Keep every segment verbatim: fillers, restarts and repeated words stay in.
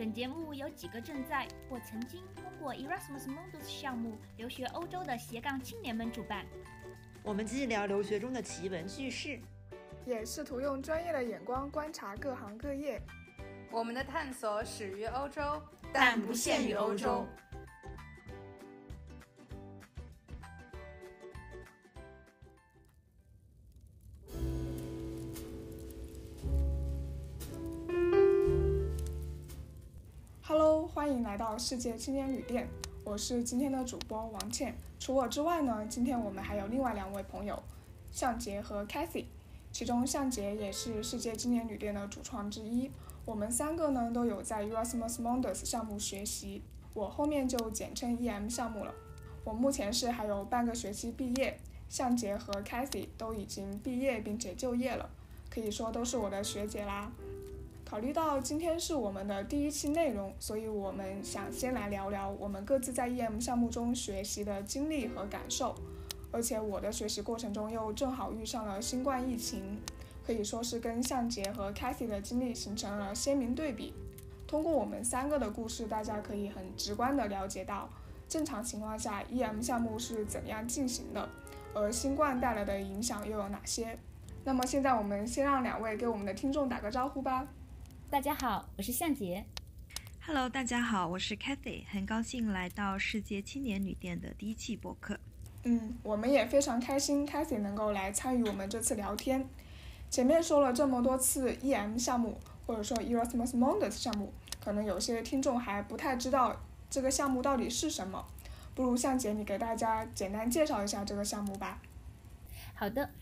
本节目由几个正在或曾经通过 Erasmus Mundus 项目留学欧洲的斜杠青年们主办。 我们既聊留学中的奇闻趣事， 也试图用专业的眼光观察各行各业。 我们的探索始于欧洲， 但不限于欧洲。 Hello， 欢迎来到世界青年旅店，我是今天的主播王倩。除我之外呢，今天我们还有另外两位朋友，向杰和 Cathy。其中向杰也是世界青年旅店的主创之一。我们三个呢都有在 Erasmus Mundus 项目学习，我后面就简称 E M 项目了。我目前是还有半个学期毕业，向杰和 Cathy 都已经毕业并且就业了，可以说都是我的学姐啦。考虑到今天是我们的第一期内容，所以我们想先来聊聊我们各自在 E M 项目中学习的经历和感受。而且我的学习过程中又正好遇上了新冠疫情，可以说是跟向杰和 Cathy 的经历形成了鲜明对比。通过我们三个的故事，大家可以很直观地了解到正常情况下 E M 项目是怎样进行的，而新冠带来的影响又有哪些。那么现在我们先让两位给我们的听众打个招呼吧。 大家好，我是向杰。 Hello， 大家好，我是 Cathy， 很高兴来到世界青年旅店的第一期播客。 嗯，我们也非常开心 Cathy 能够来参与我们这次聊天。前面说了这么多次 E M 项目，或者说 Erasmus Mundus 项目，可能有些听众还不太知道这个项目到底是什么，不如向姐你给大家简单介绍一下这个项目吧。 好的，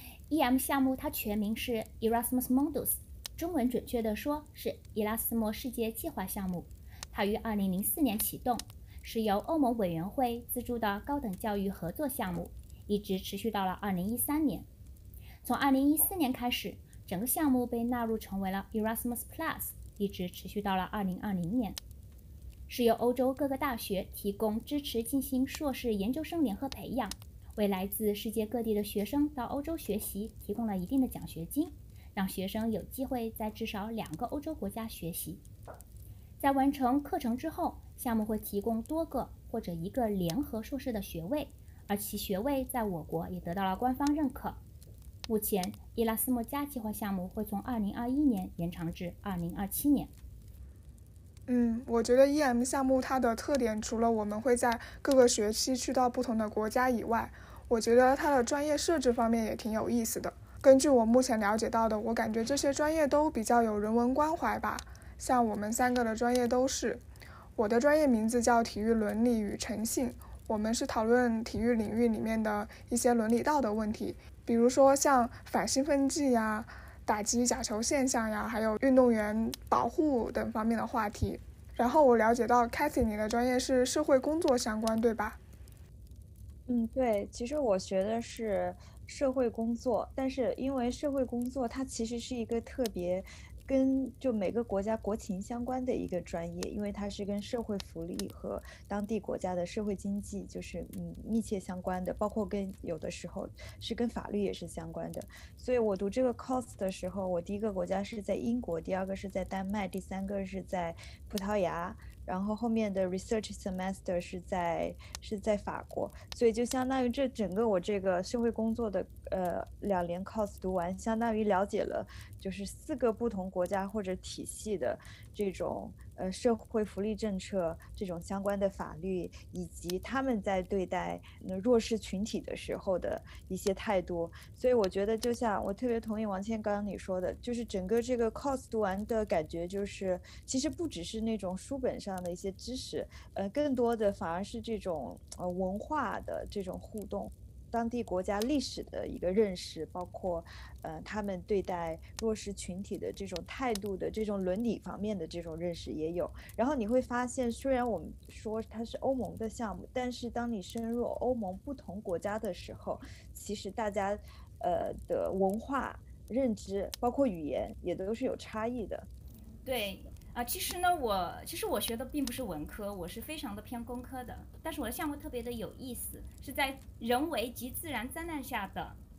E M 项目它全名是 Erasmus Mundus， 中文准确的说是伊拉斯谟世界计划项目，它于二零零四年启动，是由欧盟委员会资助的高等教育合作项目，一直持续到了二零一三年。从二零一四年开始，整个项目被纳入成为了 Erasmus Plus， 一直持续到了二零二零年。是由欧洲各个大学提供支持进行硕士研究生联合培养，为来自世界各地的学生到欧洲学习提供了一定的奖学金，让学生有机会在至少两个欧洲国家学习。在完成课程之后，项目会提供多个或者一个联合硕士的学位，而其学位在我国也得到了官方认可。目前伊拉斯谟加计划项目会从二零二一年延长至二零二七年。 嗯，我觉得 E M 项目它的特点，除了我们会在各个学期去到不同的国家以外，我觉得它的专业设置方面也挺有意思的。根据我目前了解到的，我感觉这些专业都比较有人文关怀吧。像我们三个的专业都是，我的专业名字叫体育伦理与诚信，我们是讨论体育领域里面的一些伦理道德问题，比如说像反兴奋剂呀、打击假球现象呀，还有运动员保护等方面的话题。然后我了解到 Cathy 你的专业是社会工作相关，对吧？ 嗯，对，其实我学的是社会工作，但是因为社会工作它其实是一个特别跟就每个国家国情相关的一个专业，因为它是跟社会福利和当地国家的社会经济就是嗯密切相关的，包括跟有的时候是跟法律也是相关的。所以我读这个 course 的时候，我第一个国家是在英国，第二个是在丹麦，第三个是在葡萄牙，然后后面的 research semester 是在是在法国，所以就相当于这整个我这个社会工作的呃两年 course 读完，相当于了解了就是四个不同国家或者体系的这种呃社会福利政策这种相关的法律，以及他们在对待弱势群体的时候的一些态度。所以我觉得就像我特别同意王倩刚刚你说的，就是整个这个 course 读完的感觉就是其实不只是那种书本上的一些知识，呃，更多的反而是这种呃文化的这种互动，当地国家历史的一个认识，包括呃他们对待弱势群体的这种态度的这种伦理方面的这种认识也有。然后你会发现，虽然我们说它是欧盟的项目，但是当你深入欧盟不同国家的时候，其实大家呃的文化认知包括语言也都是有差异的。 对啊、呃，其实呢，我其实我学的并不是文科，我是非常的偏工科的。但是我的项目特别的有意思，是在人为及自然灾难下的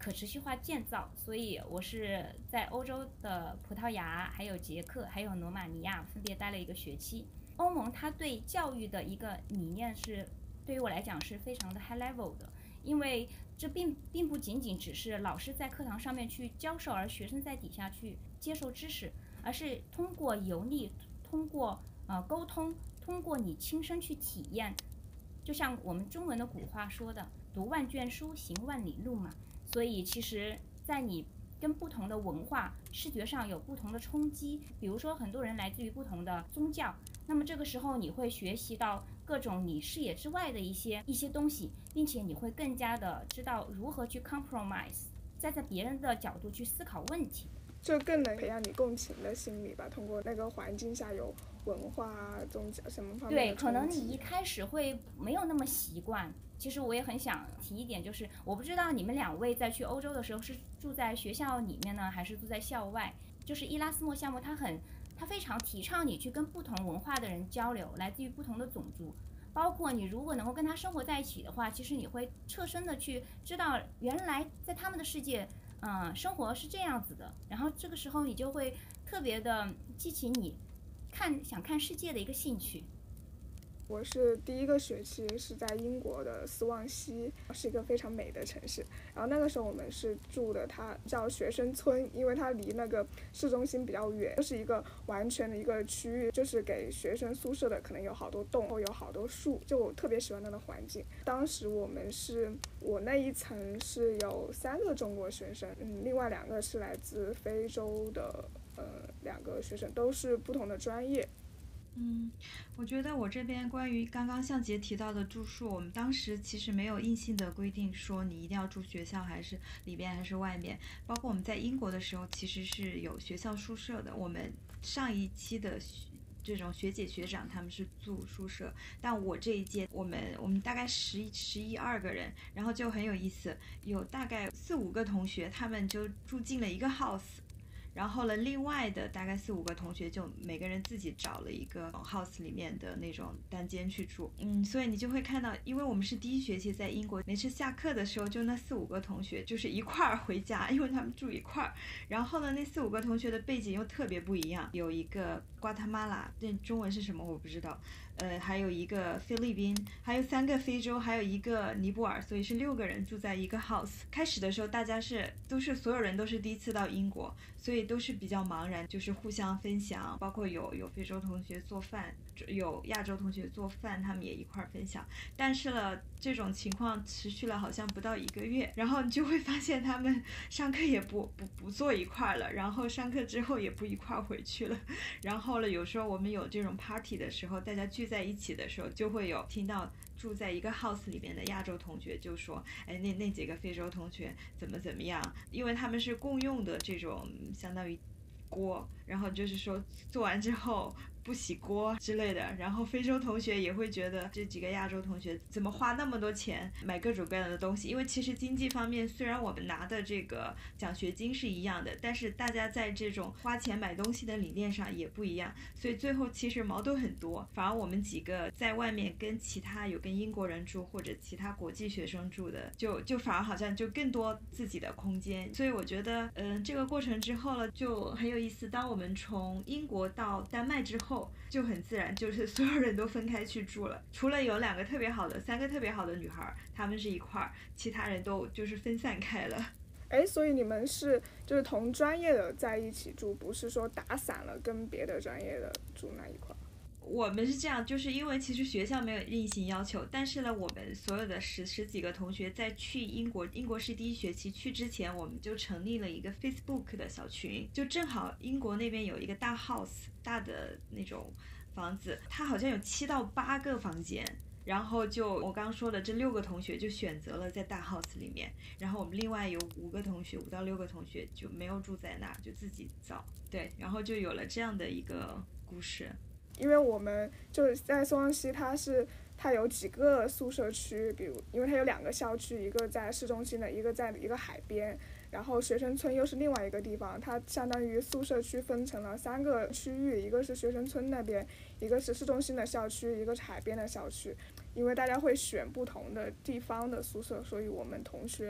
可持续化建造，所以我是在欧洲的葡萄牙、还有捷克、还有罗马尼亚分别待了一个学期。欧盟它对教育的一个理念是，对于我来讲是非常的 high level 的，因为这并并不仅仅只是老师在课堂上面去教授，而学生在底下去接受知识，而是通过游历，通过呃沟通，通过你亲身去体验。就像我们中文的古话说的，读万卷书，行万里路嘛。所以其实在你跟不同的文化视觉上有不同的冲击，比如说很多人来自于不同的宗教，那么这个时候你会学习到各种你视野之外的一些一些东西，并且你会更加的知道如何去 compromise， 再在别人的角度去思考问题， 就更能培养你共情的心理吧。通过那个环境下有文化、宗教什么方面的冲击， 对，可能你一开始会没有那么习惯。其实我也很想提一点，就是我不知道你们两位在去欧洲的时候是住在学校里面呢，还是住在校外。就是伊拉斯莫项目，它很，它非常提倡你去跟不同文化的人交流，来自于不同的种族。包括你如果能够跟他生活在一起的话，其实你会侧身的去知道，原来在他们的世界，嗯，生活是这样子的。然后这个时候你就会特别的激起你看想看世界的一个兴趣。 我是第一个学期是在英国的斯旺西，是一个非常美的城市。然后那个时候我们是住的，它叫学生村，因为它离那个市中心比较远，就是一个完全的一个区域，就是给学生宿舍的，可能有好多栋，有好多树，就我特别喜欢那个环境。当时我们是，我那一层是有三个中国学生，嗯，另外两个是来自非洲的，呃，两个学生，都是不同的专业。 嗯，我觉得我这边关于刚刚向杰提到的住宿，我们当时其实没有硬性的规定说你一定要住学校还是里边还是外面，包括我们在英国的时候其实是有学校宿舍的，我们上一期的这种学姐学长他们是住宿舍，但我这一届我们我们大概十一十一二个人，然后就很有意思，有大概四五个同学他们就住进了一个 house。然后呢，另外的大概四五个同学就每个人自己找了一个 house 里面的那种单间去住。嗯，所以你就会看到，因为我们是第一学期在英国，每次下课的时候就那四五个同学就是一块儿回家，因为他们住一块儿。然后呢，那四五个同学的背景又特别不一样，有一个瓜达马拉，那中文是什么我不知道。呃，还有一个菲律宾，还有三个非洲，还有一个尼泊尔，所以是六个人住在一个 house。开始的时候，大家是都是所有人都是第一次到英国，所以都是比较茫然，就是互相分享，包括有有非洲同学做饭，有亚洲同学做饭，他们也一块分享。但是呢，这种情况持续了好像不到一个月，然后你就会发现他们上课也不不不坐一块了，然后上课之后也不一块回去了。然后呢，有时候我们有这种 party 的时候，大家聚在一起的时候，就会有听到住在一个 house 里面的亚洲同学就说，哎，那那几个非洲同学怎么怎么样，因为他们是共用的这种相当于锅，然后就是说做完之后不洗锅之类的，然后非洲同学也会觉得这几个亚洲同学怎么花那么多钱买各种各样的东西，因为其实经济方面虽然我们拿的这个奖学金是一样的，但是大家在这种花钱买东西的理念上也不一样，所以最后其实矛盾很多。反而我们几个在外面跟其他有跟英国人住或者其他国际学生住的，就就反而好像就更多自己的空间。所以我觉得嗯、呃，这个过程之后了就很有意思。当我们从英国到丹麦之后就很自然，就是所有人都分开去住了，除了有两个特别好的三个特别好的女孩她们是一块儿，其他人都就是分散开了。 哎，所以你们是就是同专业的在一起住，不是说打散了跟别的专业的住那一块？ 我们是这样，就是因为其实学校没有硬性要求，但是呢，我们所有的十十几个同学在去英国，英国是第一学期去之前，我们就成立了一个 Facebook 的小群，就正好英国那边有一个大 house 大的那种房子，它好像有七到八个房间。然后就我刚说的这六个同学就选择了在大 house 里面，然后我们另外有五个同学，五到六个同学就没有住在那儿，就自己找，对，然后就有了这样的一个故事。 因为我们就是在松旺西，它是它有几个宿舍区，比如因为它有两个校区，一个在市中心的，一个在一个海边，然后学生村又是另外一个地方，它相当于宿舍区分成了三个区域，一个是学生村那边，一个是市中心的校区，一个是海边的校区。因为大家会选不同的地方的宿舍，所以我们同学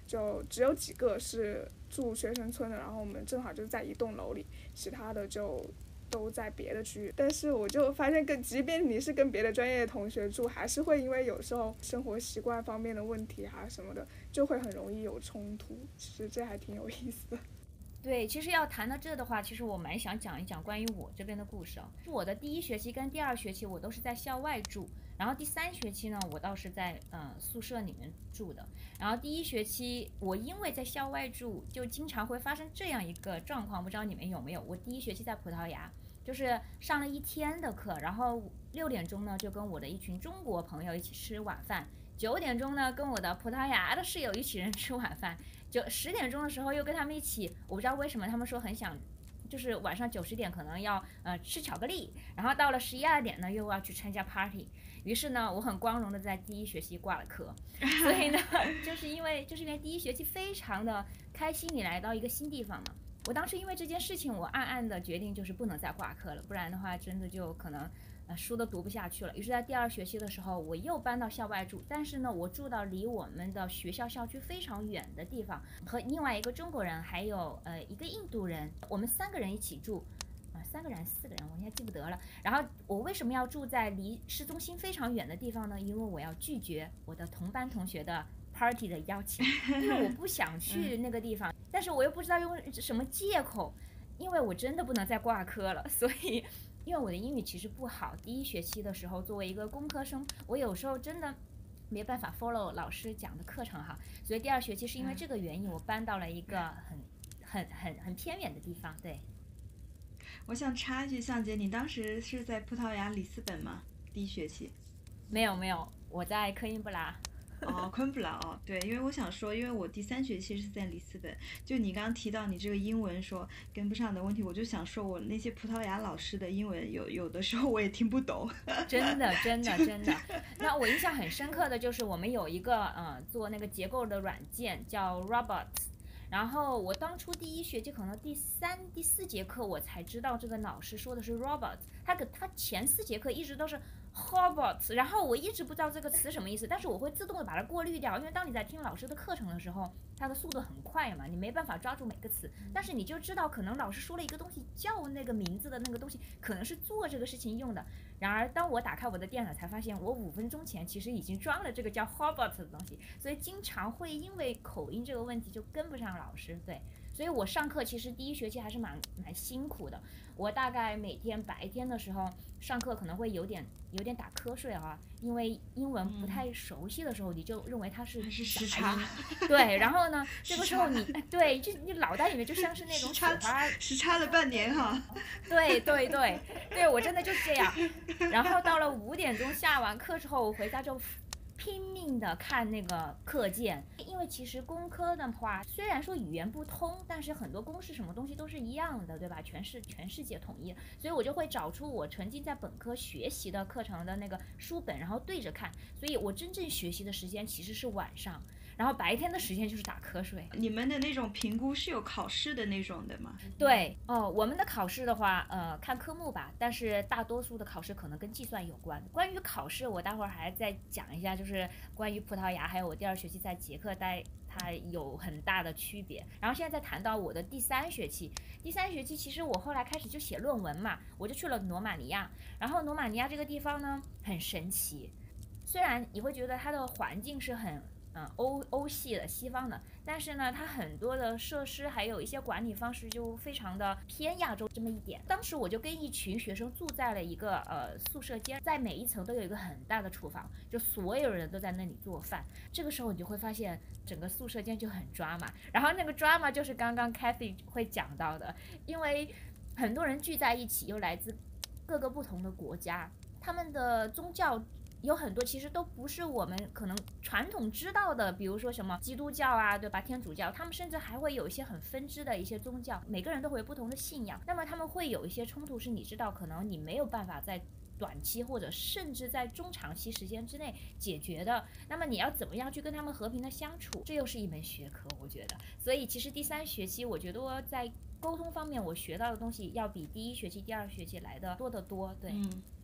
就只有几个是住学生村的，然后我们正好就在一栋楼里，其他的就都在别的区域。但是我就发现跟即便你是跟别的专业的同学住，还是会因为有时候生活习惯方面的问题啊什么的，就会很容易有冲突。其实这还挺有意思的。 对，其实要谈到这的话，其实我蛮想讲一讲关于我这边的故事啊。我的第一学期跟第二学期我都是在校外住，然后第三学期呢，我倒是在呃宿舍里面住的。然后第一学期我因为在校外住，就经常会发生这样一个状况，不知道你们有没有？我第一学期在葡萄牙，就是上了一天的课，然后六点钟呢就跟我的一群中国朋友一起吃晚饭，九点钟呢跟我的葡萄牙的室友一起人吃晚饭。就十点钟的时候又跟他们一起，我不知道为什么他们说很想，就是晚上九十点可能要呃吃巧克力，然后到了十一二点呢又要去参加 party。于是呢，我很光荣的在第一学期挂了科，所以呢，就是因为就是因为第一学期非常的开心，你来到一个新地方嘛。我当时因为这件事情，我暗暗的决定就是不能再挂科了，不然的话真的就可能。呃，书都读不下去了。于是，在第二学期的时候，我又搬到校外住，但是呢，我住到离我们的学校校区非常远的地方，和另外一个中国人，还有呃一个印度人，我们三个人一起住，啊、呃，三个人四个人，我现在记不得了。然后我为什么要住在离市中心非常远的地方呢？因为我要拒绝我的同班同学的 party 的邀请，因为我不想去那个地方，但是我又不知道用什么借口，因为我真的不能再挂科了，所以。因为我的英语其实不好，第一学期的时候作为一个工科生，我有时候真的没办法 follow 老师讲的课程哈，所以第二学期是因为这个原因，我搬到了一个很很很很偏远的地方。对， 我想插一句，向姐，你当时是在葡萄牙里斯本吗？第一学期？ 没有没有，我在科英布拉。 哦，昆布拉哦，对，因为我想说，因为我第三学期是在里斯本，就你刚刚提到你这个英文说跟不上的问题，我就想说我那些葡萄牙老师的英文有有的时候我也听不懂， 真的真的真的。那我印象很深刻的就是我们有一个呃做那个结构的软件叫 Robots。然后我当初第一学期可能第三、第四节课我才知道这个老师说的是 robots， 他可他前四节课一直都是 robots， 然后我一直不知道这个词什么意思，但是我会自动的把它过滤掉，因为当你在听老师的课程的时候，它的速度很快嘛，你没办法抓住每个词，但是你就知道可能老师说了一个东西叫那个名字的那个东西可能是做这个事情用的。然而当我打开我的电脑才发现我五分钟前其实已经装了这个叫 robots 的东西，所以经常会因为口音这个问题就跟不上老师。对，所以我上课其实第一学期还是蛮蛮辛苦的，我大概每天白天的时候上课可能会有点有点打瞌睡啊，因为英文不太熟悉的时候，你就认为它是是时差， 对，然后呢，这个时候你对，就你脑袋里面就像是那种时差时差了半年哈。 对对对对，我真的就是这样。然后到了五点钟下完课之后，我回家就拼命的看那个课件，因为其实工科的话，虽然说语言不通，但是很多公式什么东西都是一样的，对吧？全是全世界统一，所以我就会找出我曾经在本科学习的课程的那个书本，然后对着看。所以我真正学习的时间其实是晚上，然后白天的时间就是打瞌睡。 你们的那种评估是有考试的那种的吗？ 对哦，我们的考试的话，呃，看科目吧，但是大多数的考试可能跟计算有关。关于考试，我待会儿还再讲一下，就是关于葡萄牙，还有我第二学期在捷克待，它有很大的区别。然后现在再谈到我的第三学期，第三学期其实我后来开始就写论文嘛，我就去了罗马尼亚。然后罗马尼亚这个地方呢，很神奇，虽然你会觉得它的环境是很嗯，欧欧系的西方的，但是呢，它很多的设施还有一些管理方式就非常的偏亚洲这么一点。当时我就跟一群学生住在了一个呃宿舍间，在每一层都有一个很大的厨房，就所有人都在那里做饭。这个时候你就会发现整个宿舍间就很抓马，然后那个抓马就是刚刚 Cathy 会讲到的，因为很多人聚在一起，又来自各个不同的国家，他们的宗教有很多其实都不是我们可能传统知道的，比如说什么基督教啊，对吧？天主教，他们甚至还会有一些很分支的一些宗教，每个人都会有不同的信仰。那么他们会有一些冲突，是你知道，可能你没有办法在短期或者甚至在中长期时间之内解决的。那么你要怎么样去跟他们和平的相处，这又是一门学科，我觉得。所以其实第三学期，我觉得我在沟通方面我学到的东西要比第一学期、第二学期来的多得多。对。 嗯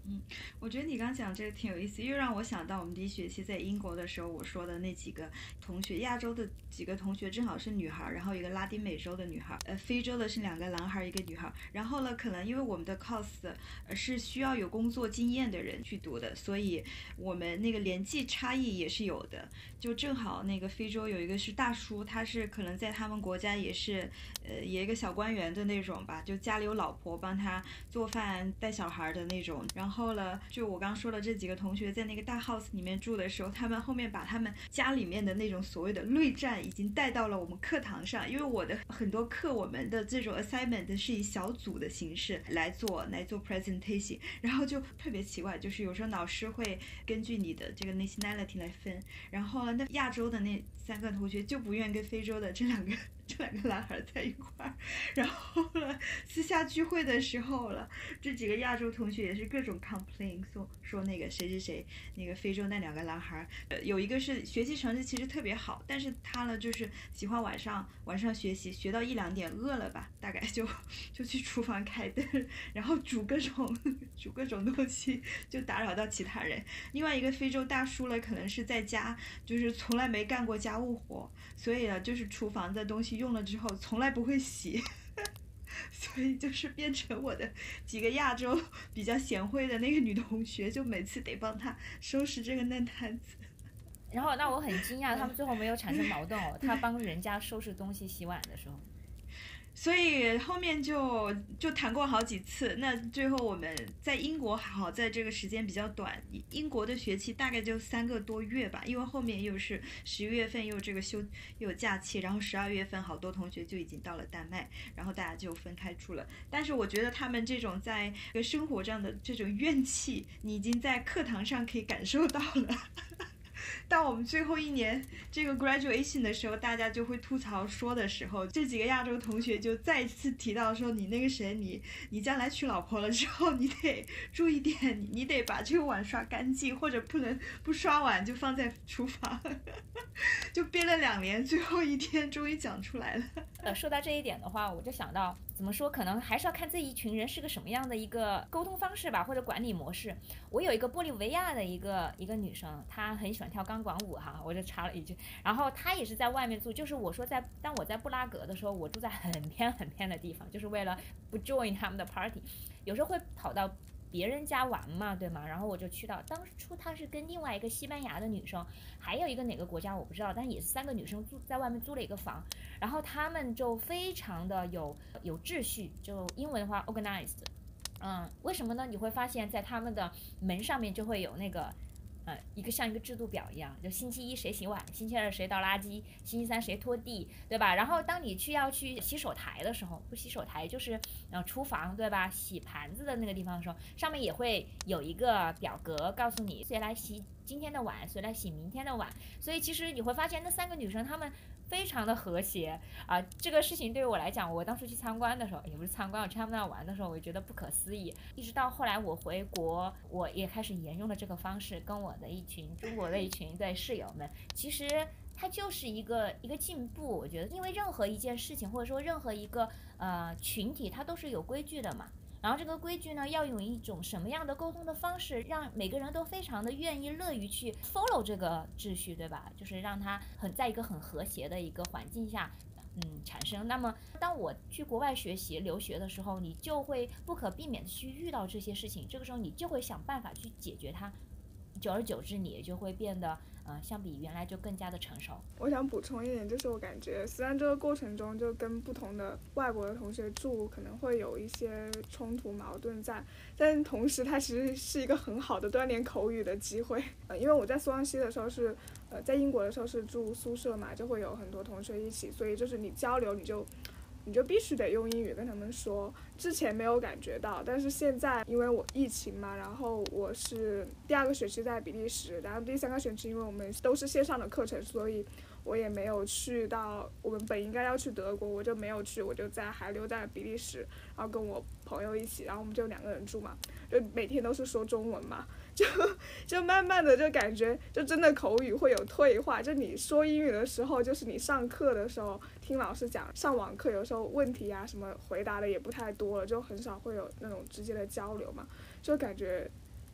嗯，我觉得你刚讲这个挺有意思，又让我想到我们第一学期在英国的时候，我说的那几个同学，亚洲的几个同学正好是女孩，然后一个拉丁美洲的女孩，呃，非洲的是两个男孩一个女孩。然后呢，可能因为我们的 cos 呃是需要有工作经验的人去读的，所以我们那个年纪差异也是有的。就正好那个非洲有一个是大叔，他是可能在他们国家也是呃也一个小官员的那种吧，就家里有老婆帮他做饭带小孩的那种。然后呢，就我刚说的这几个同学在那个大 house 里面住的时候，他们后面把他们家里面的那种所谓的内战已经带到了我们课堂上，因为我的很多课我们的这种 assignment 是以小组的形式来做来做 presentation， 然后就特别奇怪，就是有时候老师会根据你的这个 nationality 来分，然后呢那亚洲的那三个同学就不愿跟非洲的这两个这两个男孩在一块儿，然后呢私下聚会的时候了，这几个亚洲同学也是各种 complain 说说那个谁谁谁那个非洲那两个男孩，呃有一个是学习成绩其实特别好，但是他呢就是喜欢晚上晚上学习，学到一两点饿了吧，大概就就去厨房开灯，然后煮各种煮各种东西，就打扰到其他人。另外一个非洲大叔呢，可能是在家就是从来没干过家务活，所以呢就是厨房的东西用了之后从来不会洗。所以就是变成我的几个亚洲比较贤惠的那个女同学，就每次得帮她收拾这个烂摊子。 然后那我很惊讶，他们最后没有产生矛盾哦，他帮人家收拾东西洗碗的时候。 所以后面就就谈过好几次，那最后我们在英国还好在这个时间比较短，英国的学期大概就三个多月吧，因为后面又是十一月份又这个休又有假期，然后十二月份好多同学就已经到了丹麦，然后大家就分开住了。但是我觉得他们这种在生活上的这种怨气，你已经在课堂上可以感受到了。到我们最后一年这个 graduation 的时候，大家就会吐槽说的时候，这几个亚洲同学就再一次提到说，你那个谁，你你将来娶老婆了之后，你得注意点，你你得把这个碗刷干净，或者不能不刷碗就放在厨房。就憋了两年，最后一天终于讲出来了。 呃，说到这一点的话，我就想到怎么说，可能还是要看这一群人是个什么样的一个沟通方式吧，或者管理模式。我有一个玻利维亚的一个一个女生，她很喜欢跳钢管舞哈，我就插了一句。然后她也是在外面住，就是我说在当我在布拉格的时候，我住在很偏很偏的地方，就是为了不 join 他们的 party， 有时候会跑到别人家玩嘛，对吗？然后我就去到，当初她是跟另外一个西班牙的女生，还有一个哪个国家我不知道，但也是三个女生住在外面租了一个房，然后她们就非常的有有秩序，就英文的话 organized， 嗯，为什么呢？你会发现在他们的门上面就会有那个。呃，一个像一个制度表一样，就星期一谁洗碗，星期二谁倒垃圾，星期三谁拖地，对吧？然后当你去要去洗手台的时候，不洗手台就是呃厨房，对吧？洗盘子的那个地方的时候，上面也会有一个表格告诉你谁来洗今天的碗，谁来洗明天的碗。所以其实你会发现那三个女生她们非常的和谐啊、呃！这个事情对于我来讲，我当初去参观的时候，也不是参观，我去他们那玩的时候，我觉得不可思议。一直到后来我回国，我也开始沿用了这个方式，跟我的一群中国的一群对室友们，其实它就是一个一个进步。我觉得，因为任何一件事情或者说任何一个呃群体，它都是有规矩的嘛。然后这个规矩呢，要用一种什么样的沟通的方式，让每个人都非常的愿意乐于去 follow 这个秩序，对吧？就是让它很在一个很和谐的一个环境下嗯产生。那么当我去国外学习留学的时候，你就会不可避免的去遇到这些事情，这个时候你就会想办法去解决它，久而久之你也就会变得呃，相比原来就更加的成熟。 我想补充一点，就是我感觉虽然这个过程中就跟不同的外国的同学住可能会有一些冲突矛盾在，但同时它其实是一个很好的锻炼口语的机会。呃，因为我在苏旺西的时候是呃，在英国的时候是住宿舍嘛，就会有很多同学一起，所以就是你交流你就你就必须得用英语跟他们说。之前没有感觉到，但是现在因为我疫情嘛，然后我是第二个学期在比利时，然后第三个学期因为我们都是线上的课程，所以我也没有去到我们本应该要去德国，我就没有去，我就在还留在比利时，然后跟我朋友一起，然后我们就两个人住嘛，就每天都是说中文嘛，就就慢慢的就感觉就真的口语会有退化。就你说英语的时候，就是你上课的时候听老师讲，上网课有时候问题啊什么回答的也不太多了，就很少会有那种直接的交流嘛，就感觉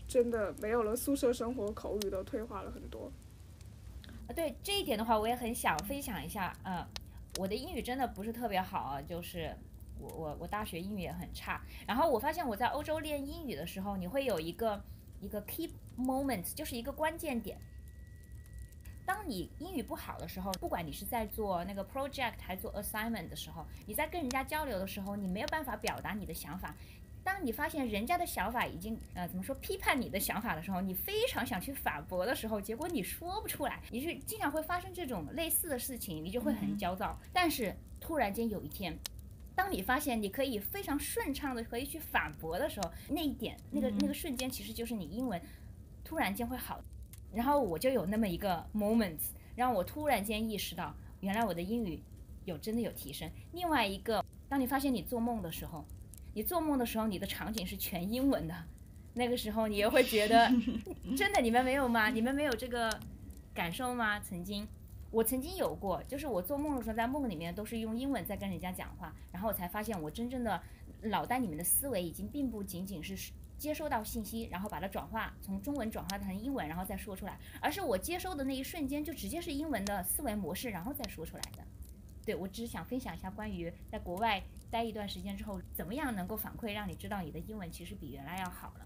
真的没有了宿舍生活，口语都退化了很多。 对这一点的话，我也很想分享一下。呃，我的英语真的不是特别好啊，就是我我我大学英语也很差。然后我发现我在欧洲练英语的时候，你会有一个一个 key moment， 就是一个关键点。当你英语不好的时候，不管你是在做那个 project 还是做 assignment 的时候，你在跟人家交流的时候，你没有办法表达你的想法。当你发现人家的想法已经呃怎么说批判你的想法的时候，你非常想去反驳的时候，结果你说不出来，你是经常会发生这种类似的事情，你就会很焦躁。嗯、但是突然间有一天，当你发现你可以非常顺畅的可以去反驳的时候，那一点那个那个瞬间，其实就是你英文突然间会好。然后我就有那么一个 moment， 让我突然间意识到，原来我的英语有真的有提升。另外一个，当你发现你做梦的时候。你做梦的时候，你的场景是全英文的，那个时候你也会觉得，真的，你们没有吗？你们没有这个感受吗？曾经，我曾经有过，就是我做梦的时候，在梦里面都是用英文在跟人家讲话，然后我才发现，我真正的脑袋里面的思维已经并不仅仅是接收到信息，然后把它转化从中文转化成英文，然后再说出来，而是我接收的那一瞬间就直接是英文的思维模式，然后再说出来的。对，我只是想分享一下关于在国外待一段时间之后，怎么样能够反馈让你知道你的英文其实比原来要好了。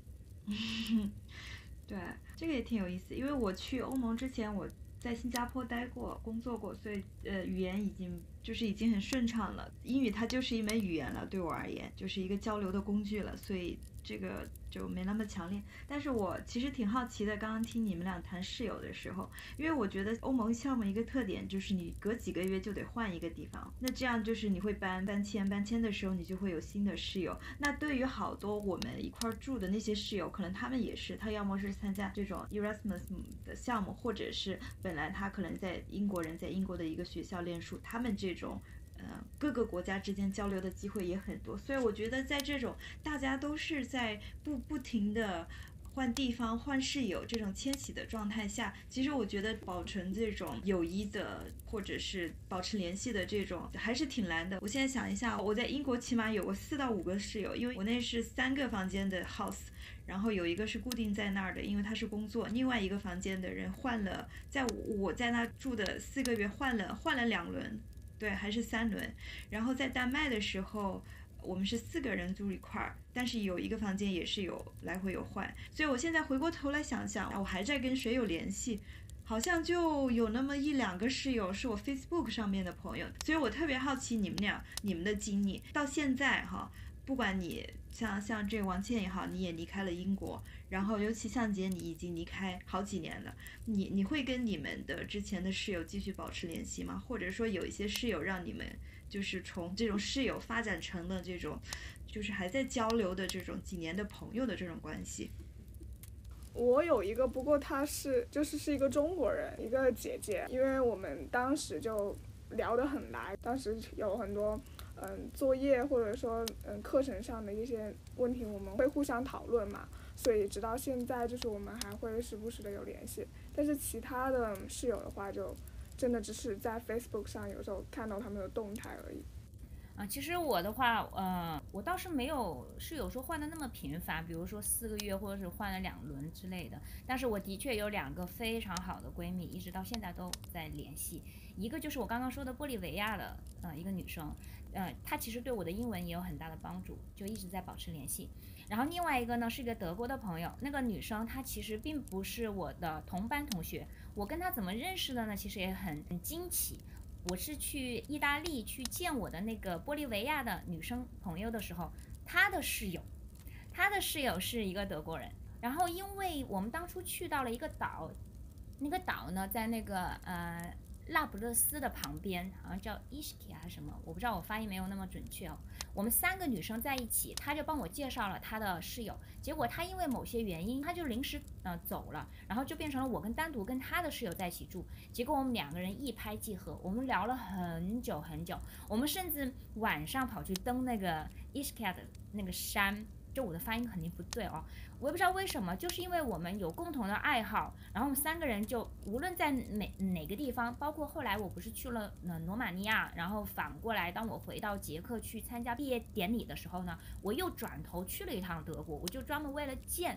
对，这个也挺有意思，因为我去欧盟之前，我在新加坡待过、工作过，所以呃，语言已经就是已经很顺畅了。英语它就是一门语言了，对我而言，就是一个交流的工具了，所以这个就没那么强烈。但是我其实挺好奇的，刚刚听你们俩谈室友的时候，因为我觉得欧盟项目一个特点就是你隔几个月就得换一个地方，那这样就是你会搬搬迁搬迁的时候，你就会有新的室友。那对于好多我们一块住的那些室友，可能他们也是，他要么是参加这种 Erasmus 的项目，或者是本来他可能在英国人在英国的一个学校练书，他们这种呃，各个国家之间交流的机会也很多，所以我觉得在这种大家都是在不不停的换地方、换室友这种迁徙的状态下，其实我觉得保存这种友谊的或者是保持联系的这种还是挺难的。我现在想一下，我在英国起码有个四到五个室友，因为我那是三个房间的 house， 然后有一个是固定在那儿的，因为他是工作，另外一个房间的人换了，在我在那住的四个月换了换了两轮。对，还是三轮。然后在丹麦的时候，我们是四个人住一块儿，但是有一个房间也是有来回有换。所以我现在回过头来想想，我还在跟谁有联系，好像就有那么一两个室友是我 Facebook 上面的朋友。所以我特别好奇你们俩你们的经历到现在哈，不管你像像这王倩也好，你也离开了英国，然后尤其向杰你已经离开好几年了，你你会跟你们的之前的室友继续保持联系吗？或者说有一些室友让你们就是从这种室友发展成了这种就是还在交流的这种几年的朋友的这种关系？ 我有一个，不过她是就是是一个中国人，一个姐姐，因为我们当时就聊得很来，当时有很多嗯作业或者说嗯课程上的一些问题，我们会互相讨论嘛，所以直到现在就是我们还会时不时的有联系。但是其他的室友的话，就真的只是在 Facebook 上有时候看到他们的动态而已。 啊，其实我的话，呃，我倒是没有室友说换的那么频繁，比如说四个月或者是换了两轮之类的。但是我的确有两个非常好的闺蜜，一直到现在都在联系。一个就是我刚刚说的玻利维亚的呃一个女生，呃，她其实对我的英文也有很大的帮助，就一直在保持联系。然后另外一个呢是一个德国的朋友，那个女生她其实并不是我的同班同学，我跟她怎么认识的呢？其实也很很惊奇。我是去意大利去见我的那个玻利维亚的女生朋友的时候，她的室友，她的室友是一个德国人。然后因为我们当初去到了一个岛，那个岛呢在那个呃那不勒斯的旁边，好像叫伊什基还是什么，我不知道，我发音没有那么准确哦。我们三个女生在一起，她就帮我介绍了她的室友，结果她因为某些原因，她就临时呃走了，然后就变成了我跟单独跟她的室友在一起住。结果我们两个人一拍即合，我们聊了很久很久，我们甚至晚上跑去登那个伊什基的那个山。就我的发音肯定不对哦，我也不知道为什么，就是因为我们有共同的爱好，然后我们三个人就无论在哪哪个地方，包括后来我不是去了罗马尼亚，然后反过来当我回到捷克去参加毕业典礼的时候呢，我又转头去了一趟德国，我就专门为了见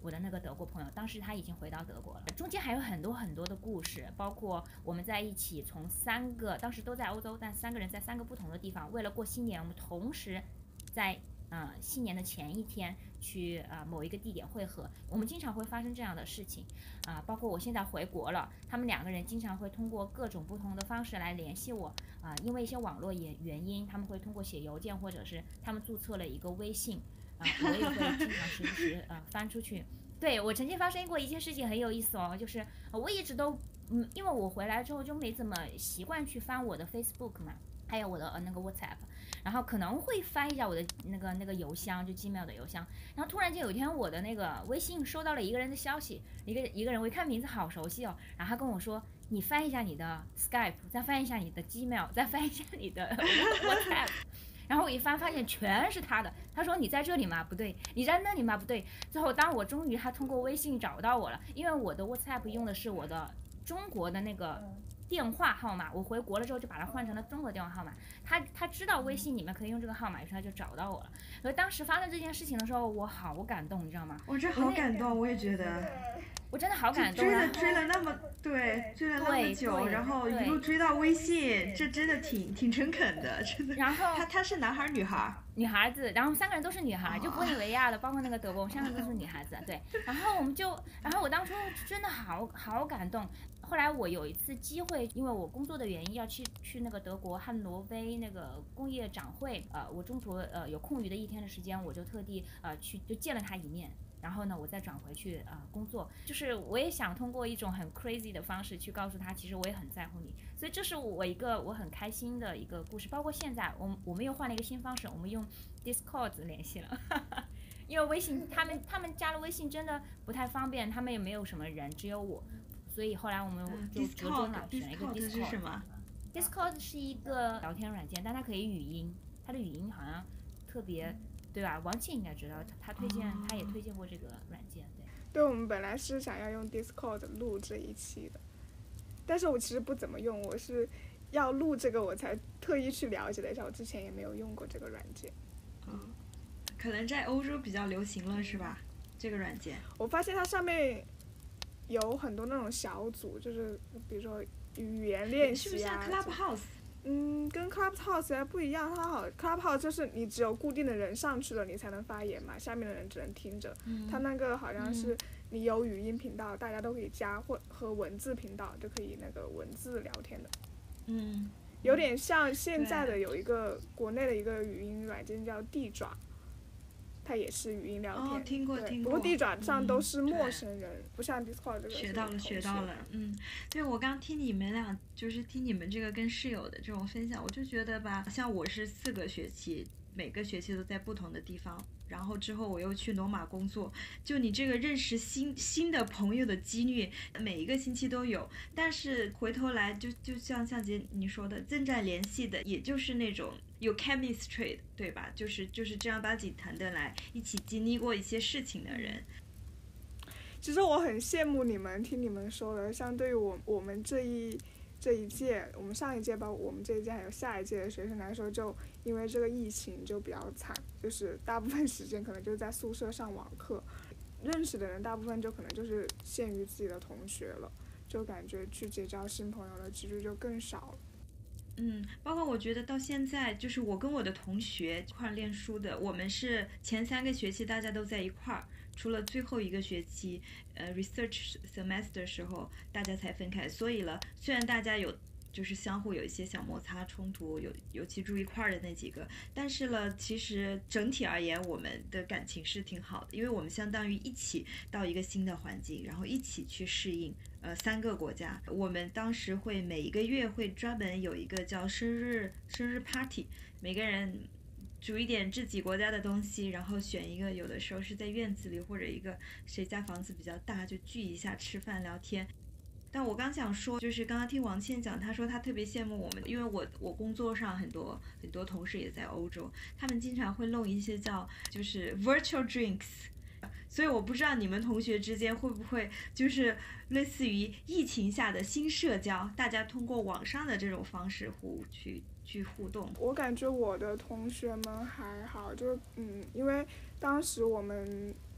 我的那个德国朋友，当时他已经回到德国了。中间还有很多很多的故事，包括我们在一起从三个，当时都在欧洲，但三个人在三个不同的地方，为了过新年，我们同时在呃新年的前一天去呃某一个地点汇合。我们经常会发生这样的事情啊、呃，包括我现在回国了，他们两个人经常会通过各种不同的方式来联系我啊、呃，因为一些网络原原因，他们会通过写邮件，或者是他们注册了一个微信啊、呃，我也会经常时不时呃翻出去。对，我曾经发生过一件事情很有意思哦，就是、呃、我一直都嗯，因为我回来之后就没怎么习惯去翻我的 Facebook 嘛，还有我的呃那个 WhatsApp， 然后可能会翻一下我的那个那个邮箱，就 Gmail 的邮箱，然后突然间有一天我的那个微信收到了一个人的消息，一个一个人，我一看名字好熟悉哦，然后他跟我说，你翻一下你的 Skype， 再翻一下你的 Gmail， 再翻一下你的 WhatsApp。然后我一翻发现全是他的，他说你在这里吗？不对，你在那里吗？不对。最后当我终于他通过微信找到我了，因为我的 WhatsApp 用的是我的中国的那个电话号码，我回国了之后就把它换成了中国电话号码。他他知道微信里面可以用这个号码，于是他就找到我了。所以当时发生这件事情的时候，我好感动，你知道吗？ 我这好感动，我也觉得。 我真的好感动， 追了追了那么对，追了那么久，然后一路追到微信，这真的挺挺诚恳的，真的。 然后他他是男孩女孩？ 女孩子，然后三个人都是女孩，就玻利维亚的，包括那个德国，我们三个人都是女孩子，对。然后我们就，然后我当初真的好好感动。后来我有一次机会，因为我工作的原因要去去那个德国汉诺威那个工业展会，呃，我中途呃有空余的一天的时间，我就特地呃去就见了他一面。然后呢，我再转回去啊、呃、工作，就是我也想通过一种很 crazy 的方式去告诉他，其实我也很在乎你，所以这是我一个我很开心的一个故事。包括现在，我们我们又换了一个新方式，我们用 Discord 联系了，因为微信他们他们加了微信真的不太方便，他们也没有什么人，只有我，所以后来我们就折中了，选了一个 Discord。 是什么 ？Discord 是一个聊天软件，但它可以语音，它的语音好像特别。对吧？王倩应该知道，他推荐，哦、他也推荐过这个软件。对， 对，我们本来是想要用 Discord 录这一期的，但是我其实不怎么用，我是要录这个我才特意去了解了一下，我之前也没有用过这个软件。 嗯，可能在欧洲比较流行了，是吧？这个软件， 我发现它上面有很多那种小组，就是比如说语言练习啊。 是不是像 Clubhouse？ 嗯，跟 Clubhouse 还不一样，它好 Clubhouse 就是你只有固定的人上去了，你才能发言嘛，下面的人只能听着。 嗯、 它那个好像是你有语音频道，嗯、大家都可以加，或和文字频道就可以那个文字聊天的。 嗯， 有点像现在的有一个国内的一个语音软件叫地爪，它也是语音聊天。 哦，听过听过。 不过地爪上都是陌生人，嗯、不像 Discord 这个。 学到了学到了，嗯，对，我刚听你们俩就是听你们这个跟室友的这种分享，我就觉得吧，像我是四个学期，每个学期都在不同的地方，然后之后我又去罗马工作，就你这个认识新新的朋友的几率，每一个星期都有，但是回头来就就像向杰你说的，正在联系的，也就是那种有 chemistry 对吧？就是就是正儿八经谈得来，一起经历过一些事情的人。 其实我很羡慕你们，听你们说的，相对于我我们这一这一届，我们上一届包括我们这一届还有下一届的学生来说，就因为这个疫情就比较惨，就是大部分时间可能就在宿舍上网课，认识的人大部分就可能就是限于自己的同学了，就感觉去结交新朋友的几率就更少了。 嗯，包括我觉得到现在，就是我跟我的同学一块练书的，我们是前三个学期大家都在一块儿，除了最后一个学期，呃 ，research semester 的时候大家才分开。所以了，虽然大家有就是相互有一些小摩擦冲突，有尤其住一块儿的那几个，但是了，其实整体而言，我们的感情是挺好的，因为我们相当于一起到一个新的环境，然后一起去适应。呃，三个国家，我们当时会每一个月会专门有一个叫生日生日 party， 每个人煮一点自己国家的东西，然后选一个，有的时候是在院子里，或者一个谁家房子比较大，就聚一下吃饭聊天。但我刚想说，就是刚刚听王倩讲，她说她特别羡慕我们，因为我我工作上很多很多同事也在欧洲，他们经常会弄一些叫就是 virtual drinks。所以我不知道你们同学之间会不会就是类似于疫情下的新社交，大家通过网上的这种方式互去去互动。 我感觉我的同学们还好，就嗯，因为当时我们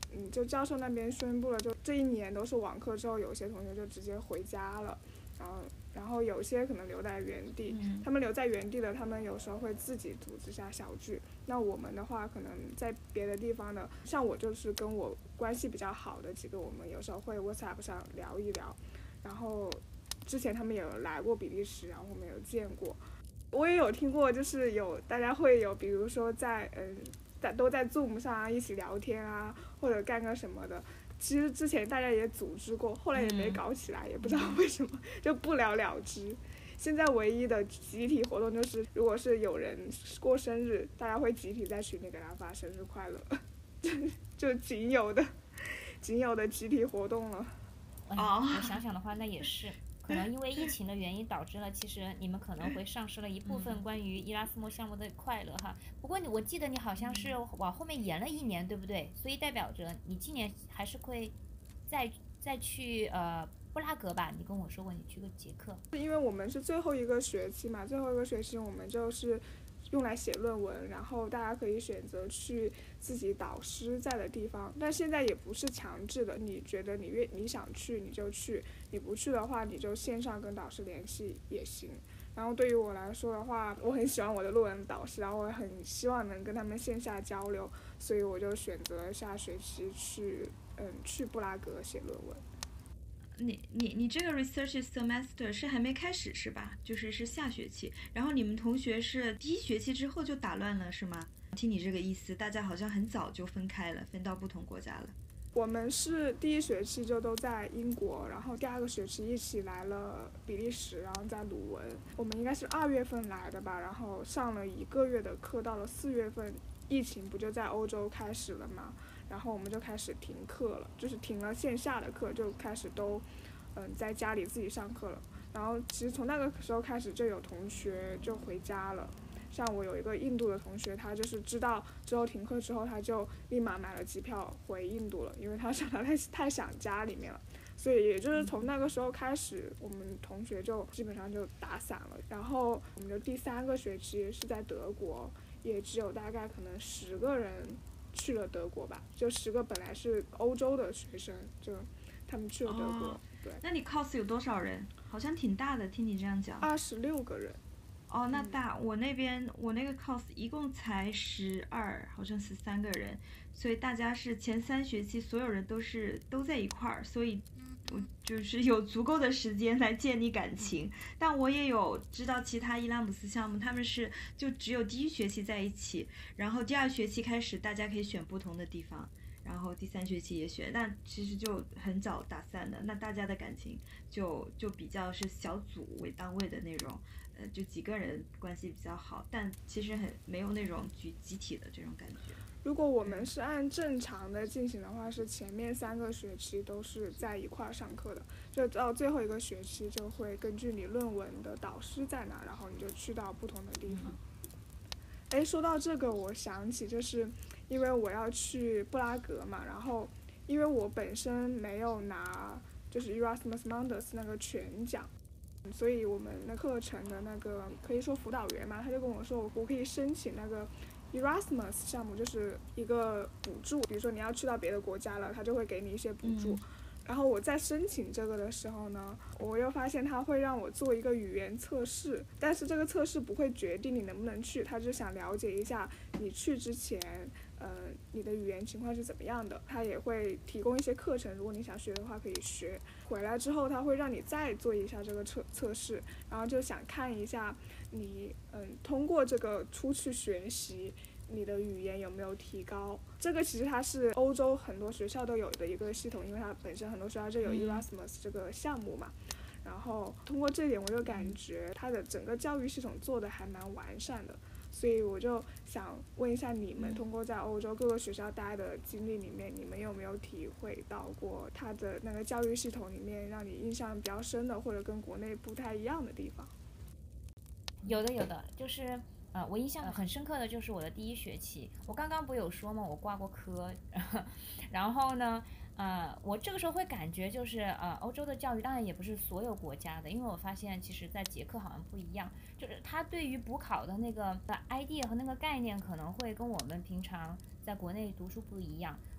嗯，就教授那边宣布了，就这一年都是网课之后，有些同学就直接回家了，然后然后有些可能留在原地， 嗯、 他们留在原地的，他们有时候会自己组织下小聚。那我们的话，可能在别的地方的，像我就是跟我关系比较好的几个，我们有时候会 WhatsApp 上聊一聊，然后之前他们也有来过比利时，然后我们有见过。我也有听过，就是有大家会有，比如说在嗯，在都在 Zoom 上啊一起聊天啊，或者干个什么的。其实之前大家也组织过，后来也没搞起来，嗯、也不知道为什么就不了了之。现在唯一的集体活动就是，如果是有人过生日，大家会集体在群里给他发生日快乐，就仅有的仅有的集体活动了。 哦，我想想的话，那也是。可能因为疫情的原因导致了，其实你们可能会丧失了一部分关于伊拉斯莫项目的快乐哈。不过你我记得你好像是往后面延了一年，对不对？所以代表着你今年还是会再再去呃布拉格吧？你跟我说过你去过捷克。 因为我们是最后一个学期嘛，最后一个学期我们就是用来写论文，然后大家可以选择去自己导师在的地方，但现在也不是强制的，你觉得你越你想去你就去，你不去的话你就线上跟导师联系也行。然后对于我来说的话，我很喜欢我的论文导师，然后我很希望能跟他们线下交流，所以我就选择下学期去嗯去布拉格写论文。 你你你这个 research semester 是还没开始是吧？就是是下学期，然后你们同学是第一学期之后就打乱了是吗？听你这个意思，大家好像很早就分开了，分到不同国家了。 我们是第一学期就都在英国，然后第二个学期一起来了比利时，然后在鲁汶。我们应该是二月份来的吧，然后上了一个月的课，到了四月份，疫情不就在欧洲开始了吗？然后我们就开始停课了，就是停了线下的课，就开始都嗯在家里自己上课了。然后其实从那个时候开始就有同学就回家了，像我有一个印度的同学，他就是知道之后停课之后，他就立马买了机票回印度了，因为他实在太太想家里面了。所以也就是从那个时候开始，我们同学就基本上就打散了。然后我们就第三个学期是在德国，也只有大概可能十个人去了德国吧，就十个本来是欧洲的学生，就他们去了德国。哦、对， 那你 cos 有多少人？好像挺大的，听你这样讲。 二十六个人。 哦，那大，嗯、我那边我那个 cos 一共才十二，好像十三个人，所以大家是前三学期所有人都是都在一块儿，所以我就是有足够的时间来建立感情。但我也有知道其他伊拉姆斯项目，他们是就只有第一学期在一起，然后第二学期开始大家可以选不同的地方，然后第三学期也选，但其实就很早打散的，那大家的感情就就比较是小组为单位的那种。呃，就几个人关系比较好，但其实很没有那种集集体的这种感觉。 如果我们是按正常的进行的话，是前面三个学期都是在一块儿上课的，就到最后一个学期就会根据你论文的导师在哪，然后你就去到不同的地方。哎、嗯，说到这个，我想起就是因为我要去布拉格嘛，然后因为我本身没有拿就是 Erasmus Mundus 那个全奖。所以我们的课程的那个可以说辅导员嘛，他就跟我说，我可以申请那个 Erasmus 项目，就是一个补助，比如说你要去到别的国家了，他就会给你一些补助。嗯、然后我在申请这个的时候呢，我又发现他会让我做一个语言测试，但是这个测试不会决定你能不能去，他就想了解一下你去之前呃，你的语言情况是怎么样的，他也会提供一些课程，如果你想学的话可以学。回来之后他会让你再做一下这个测测试，然后就想看一下你嗯通过这个出去学习，你的语言有没有提高。这个其实它是欧洲很多学校都有的一个系统，因为它本身很多学校就有 Erasmus 这个项目嘛。然后通过这一点，我就感觉它的整个教育系统做的还蛮完善的。所以我就想问一下你们，通过在欧洲各个学校待的经历里面，你们有没有体会到过它的那个教育系统里面让你印象比较深的，或者跟国内不太一样的地方？ 有的有的，就是呃，我印象很深刻的就是我的第一学期，我刚刚不有说吗？我挂过科，然后呢，呃，我这个时候会感觉就是呃，欧洲的教育当然也不是所有国家的，因为我发现其实在捷克好像不一样，就是他对于补考的那个 idea 和那个概念可能会跟我们平常在国内读书不一样。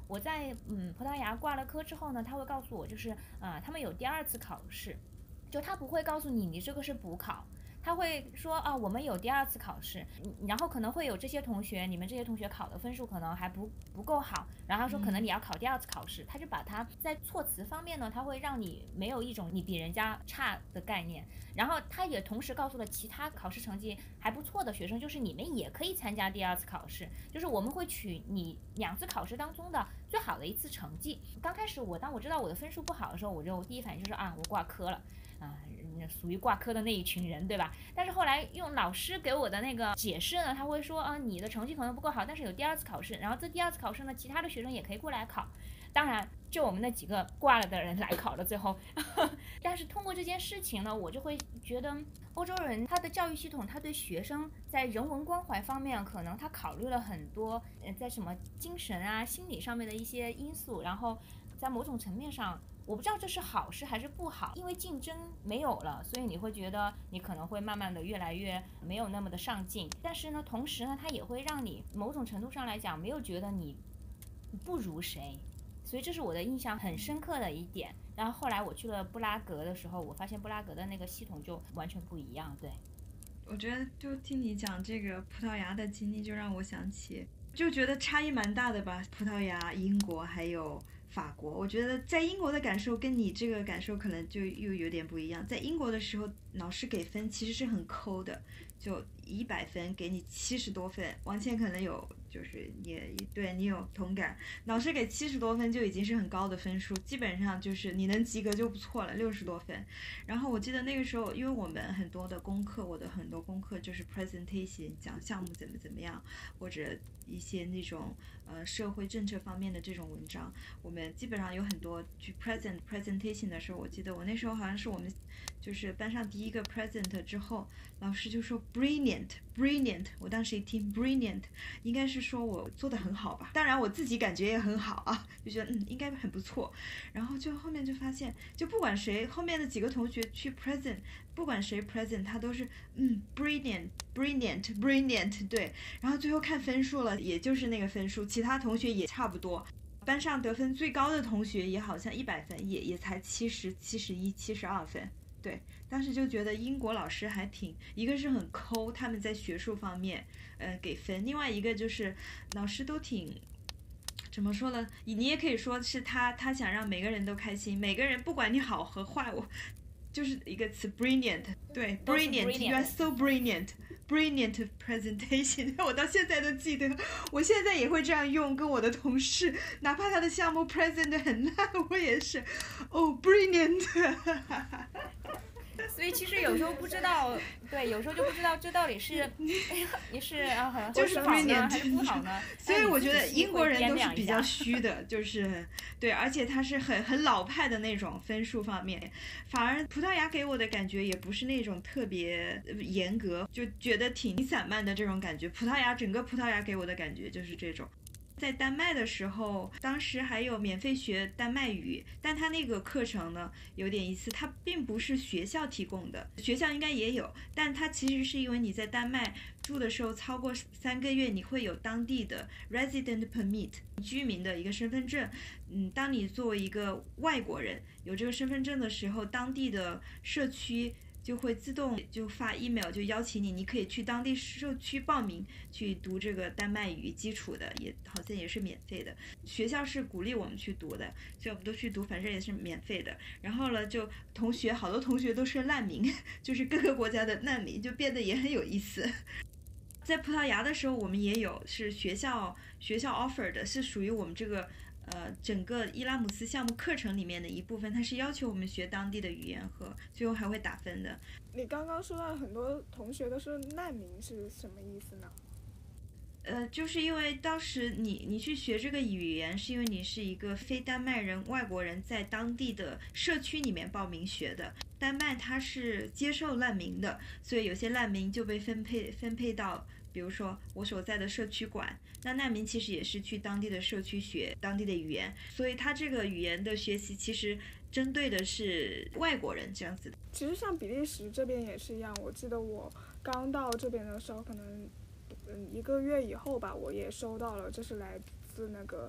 我在嗯葡萄牙挂了科之后呢，他会告诉我就是啊、呃、他们有第二次考试，就他不会告诉你你这个是补考。他会说啊，我们有第二次考试，然后可能会有这些同学，你们这些同学考的分数可能还不不够好，然后他说可能你要考第二次考试，嗯、他就把他在措辞方面呢，他会让你没有一种你比人家差的概念，然后他也同时告诉了其他考试成绩还不错的学生，就是你们也可以参加第二次考试，就是我们会取你两次考试当中的最好的一次成绩。刚开始我当我知道我的分数不好的时候，我就第一反应就是啊，我挂科了。啊、呃，属于挂科的那一群人，对吧？但是后来用老师给我的那个解释呢，他会说啊，你的成绩可能不够好，但是有第二次考试，然后这第二次考试呢，其他的学生也可以过来考。当然，就我们那几个挂了的人来考了最后。但是通过这件事情呢，我就会觉得欧洲人他的教育系统，他对学生在人文关怀方面，可能他考虑了很多，呃，在什么精神啊、心理上面的一些因素，然后在某种层面上。我不知道这是好事还是不好，因为竞争没有了，所以你会觉得你可能会慢慢的越来越没有那么的上进。但是呢，同时呢，它也会让你某种程度上来讲没有觉得你不如谁，所以这是我的印象很深刻的一点。然后后来我去了布拉格的时候，我发现布拉格的那个系统就完全不一样。对， 我觉得就听你讲这个葡萄牙的经历，就让我想起，就觉得差异蛮大的吧，葡萄牙、英国还有法国。我觉得在英国的感受跟你这个感受可能就又有点不一样。在英国的时候，老师给分其实是很抠的，就一百分给你七十多分。王倩可能有，就是也对你有同感，老师给七十多分就已经是很高的分数，基本上就是你能及格就不错了，六十多分。然后我记得那个时候，因为我们很多的功课，我的很多功课就是 presentation， 讲项目怎么怎么样，或者一些那种呃社会政策方面的这种文章，我们基本上有很多去 present presentation 的时候，我记得我那时候好像是我们就是班上第一个 present 之后，老师就说 brilliant brilliant， 我当时一听 brilliant 应该是说我做得很好吧，当然我自己感觉也很好啊，就觉得嗯应该很不错。然后就后面就发现，就不管谁后面的几个同学去 present， 不管谁 present 他都是嗯 brilliant brilliant brilliant 对，然后最后看分数了，也就是那个分数，其他同学也差不多。班上得分最高的同学也好像一百分，也也才七十、七十一、七十二分。对，当时就觉得英国老师还挺，一个是很抠，他们在学术方面，呃，给分；另外一个就是老师都挺，怎么说呢？你也可以说是他，他想让每个人都开心，每个人不管你好和坏，我就是一个词 brilliant， 对 ，brilliant，you are so brilliant。Brilliant presentation， 我到现在都记得，我现在也会这样用，跟我的同事，哪怕他的项目 present 很烂，我也是，哦 ，brilliant。 所以其实有时候不知道，对，有时候就不知道这到底是你是啊，好就是好呢还是不好呢？ 所以我觉得英国人都是比较虚的，就是对，而且他是很很老派的那种分数方面，反而葡萄牙给我的感觉也不是那种特别严格，就觉得挺散漫的这种感觉。葡萄牙整个葡萄牙给我的感觉就是这种。在丹麦的时候，当时还有免费学丹麦语，但他那个课程呢有点意思，它并不是学校提供的，学校应该也有，但它其实是因为你在丹麦住的时候超过三个月，你会有当地的 resident permit 居民的一个身份证。嗯，当你作为一个外国人有这个身份证的时候，当地的社区就会自动就发 email 就邀请你，你可以去当地社区报名去读这个丹麦语基础的，也好像也是免费的。学校是鼓励我们去读的，所以我们都去读，反正也是免费的。然后呢，就同学好多同学都是难民，就是各个国家的难民，就变得也很有意思。在葡萄牙的时候，我们也有是学校学校 offer 的，是属于我们这个。呃，整个伊拉姆斯项目课程里面的一部分，它是要求我们学当地的语言和最后还会打分的。 你刚刚说到很多同学都是难民，是什么意思呢？ 呃，就是因为当时你你去学这个语言，是因为你是一个非丹麦人、外国人，在当地的社区里面报名学的。丹麦它是接受难民的，所以有些难民就被分配分配到。比如说我所在的社区馆，那难民其实也是去当地的社区学当地的语言，所以他这个语言的学习其实针对的是外国人这样子的。 其实像比利时这边也是一样，我记得我刚到这边的时候，可能嗯一个月以后吧，我也收到了，这是来自那个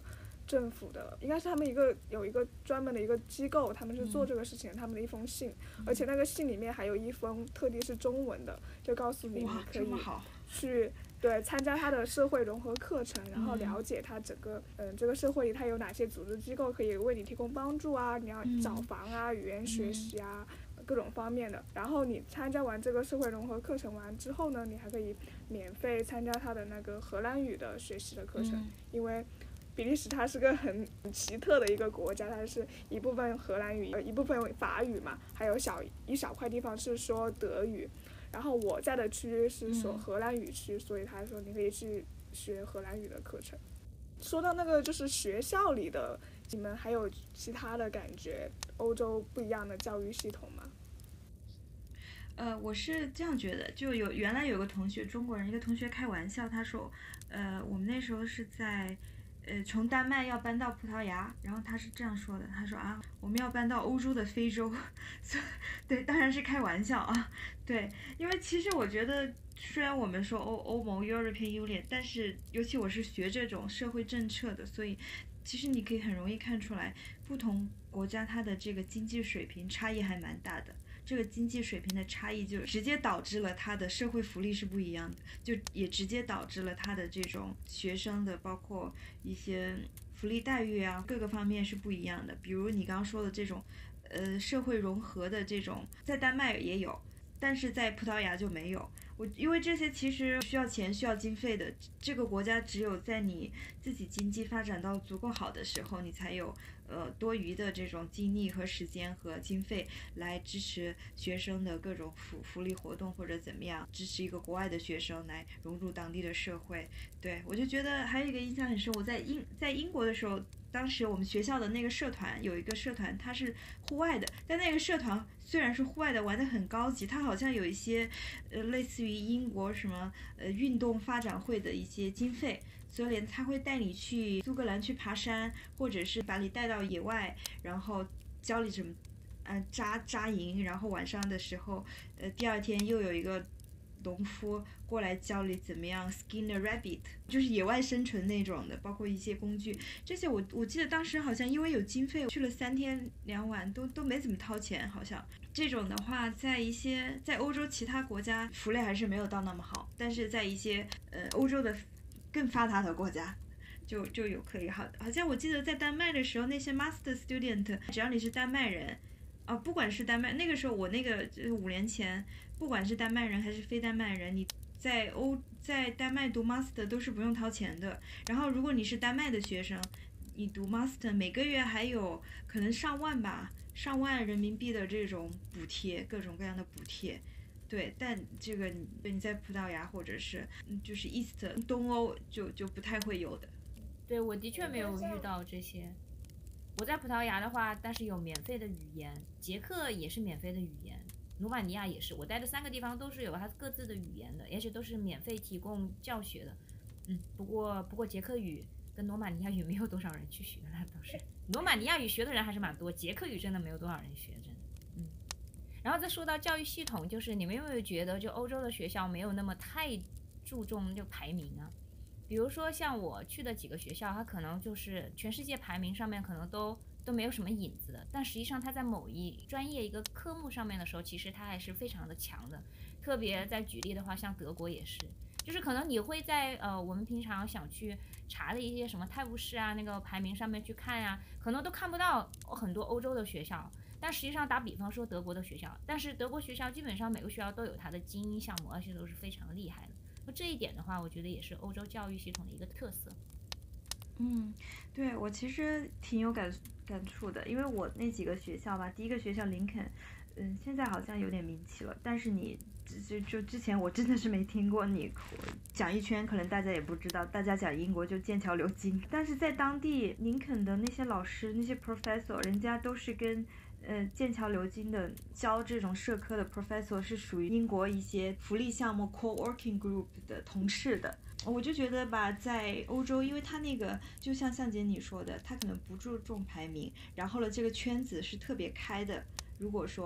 政府的，应该是他们一个有一个专门的一个机构，他们是做这个事情，他们的一封信，而且那个信里面还有一封特地是中文的，就告诉你你可以去对参加他的社会融合课程，然后了解他整个嗯这个社会里他有哪些组织机构可以为你提供帮助啊，你要找房啊、语言学习啊。各种方面的，然后你参加完这个社会融合课程完之后呢，你还可以免费参加他的那个荷兰语的学习的课程，嗯、因为比利时它是个很奇特的一个国家，它是一部分荷兰语，一部分法语嘛，还有小一小块地方是说德语，然后我在的区域是说荷兰语区，嗯、所以他说你可以去学荷兰语的课程。说到那个就是学校里的，你们还有其他的感觉欧洲不一样的教育系统吗？ 呃，我是这样觉得，就有原来有个同学，中国人，一个同学开玩笑，他说，呃，我们那时候是在，呃，从丹麦要搬到葡萄牙，然后他是这样说的，他说啊，我们要搬到欧洲的非洲，对，当然是开玩笑啊，对，因为其实我觉得，虽然我们说欧欧盟 European Union， 但是尤其我是学这种社会政策的，所以其实你可以很容易看出来，不同国家它的这个经济水平差异还蛮大的。这个经济水平的差异就直接导致了他的社会福利是不一样的，就也直接导致了他的这种学生的包括一些福利待遇啊各个方面是不一样的。比如你刚刚说的这种呃社会融合的这种，在丹麦也有，但是在葡萄牙就没有。我因为这些其实需要钱需要经费的，这个国家只有在你自己经济发展到足够好的时候，你才有呃多余的这种精力和时间和经费来支持学生的各种福福利活动或者怎么样，支持一个国外的学生来融入当地的社会。对，我就觉得还有一个印象很深，我在英在英国的时候，当时我们学校的那个社团有一个社团，它是户外的，但那个社团虽然是户外的，玩得很高级，它好像有一些呃类似于英国什么呃运动发展会的一些经费，所以他会带你去苏格兰去爬山，或者是把你带到野外，然后教你怎么呃扎扎营，然后晚上的时候呃第二天又有一个农夫过来教你怎么样 skin a rabbit， 就是野外生存那种的，包括一些工具，这些我我记得当时好像因为有经费，去了三天两晚都都没怎么掏钱，好像这种的话，在一些在欧洲其他国家福利还是没有到那么好，但是在一些呃欧洲的更发达的国家。就就有可以好，好像我记得在丹麦的时候，那些 master student， 只要你是丹麦人，啊，不管是丹麦，那个时候我那个五年前，不管是丹麦人还是非丹麦人，你在欧在丹麦读 master 都是不用掏钱的。然后如果你是丹麦的学生，你读 master 每个月还有可能上万吧，上万人民币的这种补贴，各种各样的补贴。对，但这个你你在葡萄牙或者是就是 East 东欧就就不太会有的。 对，我的确没有遇到这些。我在葡萄牙的话，但是有免费的语言，捷克也是免费的语言，罗马尼亚也是，我待的三个地方都是有它各自的语言的，而且都是免费提供教学的。嗯，不过不过捷克语跟罗马尼亚语没有多少人去学，那倒是。罗马尼亚语学的人还是蛮多，捷克语真的没有多少人学，真的。嗯。然后再说到教育系统，就是你们有没有觉得，就欧洲的学校没有那么太注重就排名啊？比如说像我去的几个学校，它可能就是全世界排名上面可能都都没有什么影子的，但实际上它在某一专业一个科目上面的时候，其实它还是非常的强的。特别在举例的话，像德国也是，就是可能你会在呃我们平常想去查的一些什么泰晤士啊那个排名上面去看呀、啊，可能都看不到很多欧洲的学校。但实际上打比方说德国的学校，但是德国学校基本上每个学校都有它的精英项目，而且都是非常厉害的。这一点的话，我觉得也是欧洲教育系统的一个特色。 嗯，对，我其实挺有感感触的，因为我那几个学校吧，第一个学校林肯，嗯，现在好像有点名气了，但是你就就之前我真的是没听过，你讲一圈可能大家也不知道，大家讲英国就剑桥流金，但是在当地林肯的那些老师那些 professor， 人家都是跟呃，剑桥流金的教这种社科的 professor 是属于英国一些福利项目 co-working group 的同事的。我就觉得吧，在欧洲，因为他那个就像向姐你说的，他可能不注重排名，然后了这个圈子是特别开的。如果说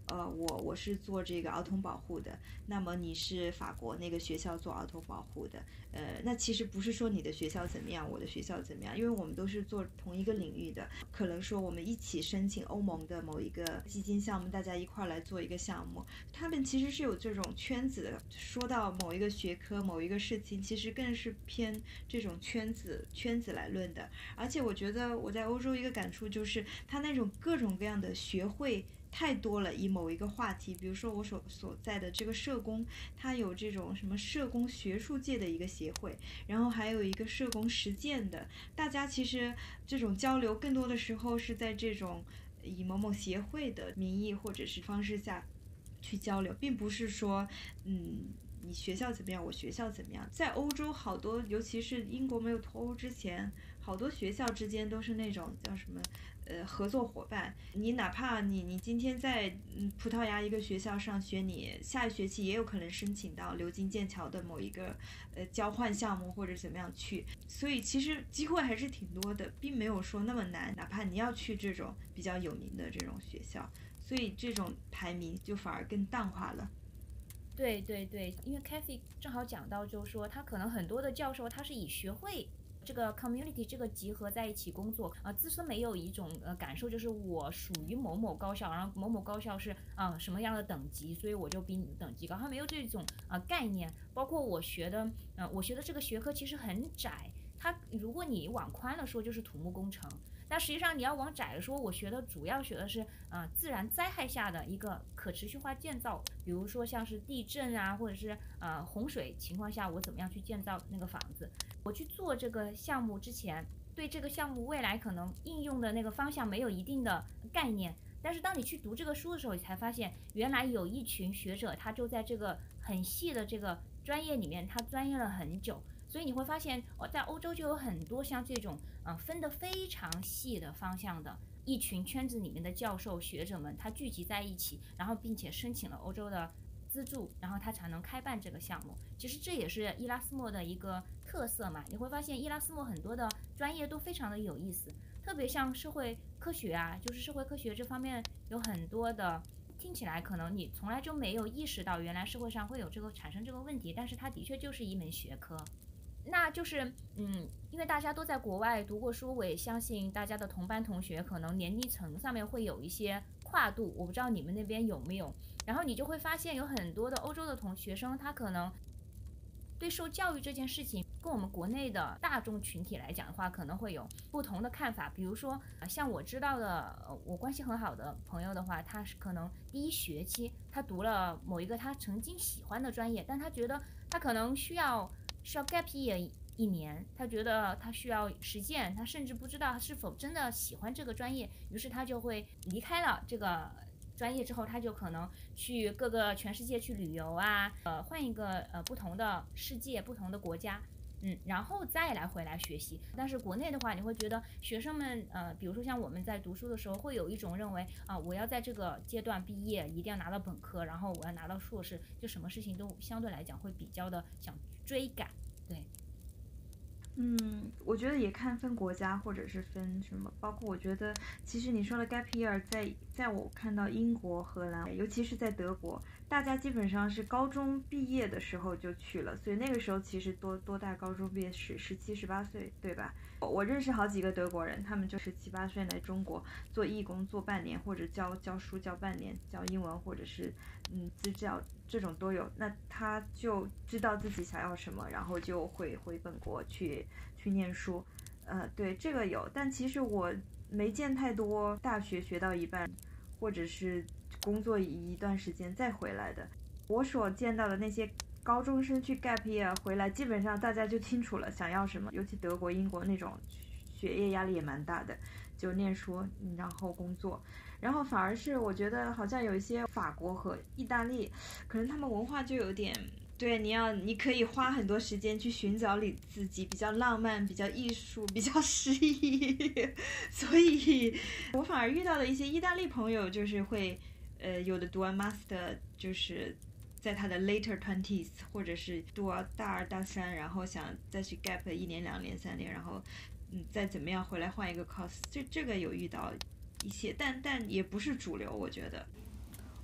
呃，我我是做这个儿童保护的，那么你是法国那个学校做儿童保护的，呃，那其实不是说你的学校怎么样，我的学校怎么样，因为我们都是做同一个领域的，可能说我们一起申请欧盟的某一个基金项目，大家一块来做一个项目，他们其实是有这种圈子的。说到某一个学科、某一个事情，其实更是偏这种圈子圈子来论的。而且我觉得我在欧洲一个感触就是，它那种各种各样的学会太多了，以某一个话题，比如说我所所在的这个社工，它有这种什么社工学术界的一个协会，然后还有一个社工实践的，大家其实这种交流更多的时候是在这种以某某协会的名义或者是方式下去交流，并不是说嗯你学校怎么样我学校怎么样。在欧洲好多，尤其是英国没有脱欧之前，好多学校之间都是那种叫什么呃合作伙伴，你哪怕你你今天在嗯葡萄牙一个学校上学，你下一学期也有可能申请到流经剑桥的某一个呃交换项目或者怎么样去，所以其实机会还是挺多的，并没有说那么难，哪怕你要去这种比较有名的这种学校，所以这种排名就反而更淡化了。 对对对，因为 Cathy 正好讲到，就是说他可能很多的教授他是以学会这个 community 这个集合在一起工作啊、呃，自身没有一种呃感受，就是我属于某某高校，然后某某高校是啊、呃、什么样的等级，所以我就比你等级高，他没有这种啊、呃、概念。包括我学的，呃，我学的这个学科其实很窄，它如果你往宽了说就是土木工程。但实际上，你要往窄了说，我学的主要学的是呃自然灾害下的一个可持续化建造，比如说像是地震啊，或者是呃洪水情况下，我怎么样去建造那个房子。我去做这个项目之前，对这个项目未来可能应用的那个方向没有一定的概念。但是当你去读这个书的时候，你才发现原来有一群学者，他就在这个很细的这个专业里面，他钻研了很久。所以你会发现，哦，在欧洲就有很多像这种，呃，分得非常细的方向的一群圈子里面的教授学者们，他聚集在一起，然后并且申请了欧洲的资助，然后他才能开办这个项目。其实这也是伊拉斯谟的一个特色嘛。你会发现伊拉斯谟很多的专业都非常的有意思，特别像社会科学啊，就是社会科学这方面有很多的。听起来可能你从来就没有意识到，原来社会上会有这个产生这个问题，但是它的确就是一门学科。那就是，嗯，因为大家都在国外读过书，我也相信大家的同班同学可能年龄层上面会有一些跨度，我不知道你们那边有没有。然后你就会发现有很多的欧洲的同学生，他可能对受教育这件事情，跟我们国内的大众群体来讲的话，可能会有不同的看法。比如说，像我知道的，呃，我关系很好的朋友的话，他是可能第一学期他读了某一个他曾经喜欢的专业，但他觉得他可能需要。需要 gap year 一年，他觉得他需要实践，他甚至不知道是否真的喜欢这个专业，于是他就会离开了这个专业之后，他就可能去各个全世界去旅游啊，呃，换一个呃不同的世界、不同的国家，嗯，然后再来回来学习。但是国内的话，你会觉得学生们，呃，比如说像我们在读书的时候，会有一种认为啊、呃，我要在这个阶段毕业，一定要拿到本科，然后我要拿到硕士，就什么事情都相对来讲会比较的想追赶，对。 嗯，我觉得也看分国家或者是分什么，包括我觉得其实你说的 gap year 在在我看到英国、荷兰，尤其是在德国，大家基本上是高中毕业的时候就去了，所以那个时候其实多多大高中毕业是十七十八岁，对吧？我我认识好几个德国人，他们就十七八岁来中国做义工做半年，或者教教书教半年，教英文或者是嗯支教。这种都有，那他就知道自己想要什么，然后就会回本国去去念书，呃，对，这个有，但其实我没见太多大学学到一半，或者是工作一段时间再回来的。我所见到的那些高中生去 gap year 回来，基本上大家就清楚了想要什么，尤其德国、英国那种学业压力也蛮大的，就念书，然后工作。然后反而是我觉得好像有一些法国和意大利，可能他们文化就有点，对，你要你可以花很多时间去寻找你自己，比较浪漫，比较艺术，比较诗意。所以我反而遇到的一些意大利朋友，就是会，呃，有的读完 master 就是在他的 later twenties， 或者是读完大二大三，然后想再去 gap 一年两年三年，然后嗯再怎么样回来换一个 course， 这这个有遇到一些，但但也不是主流，我觉得。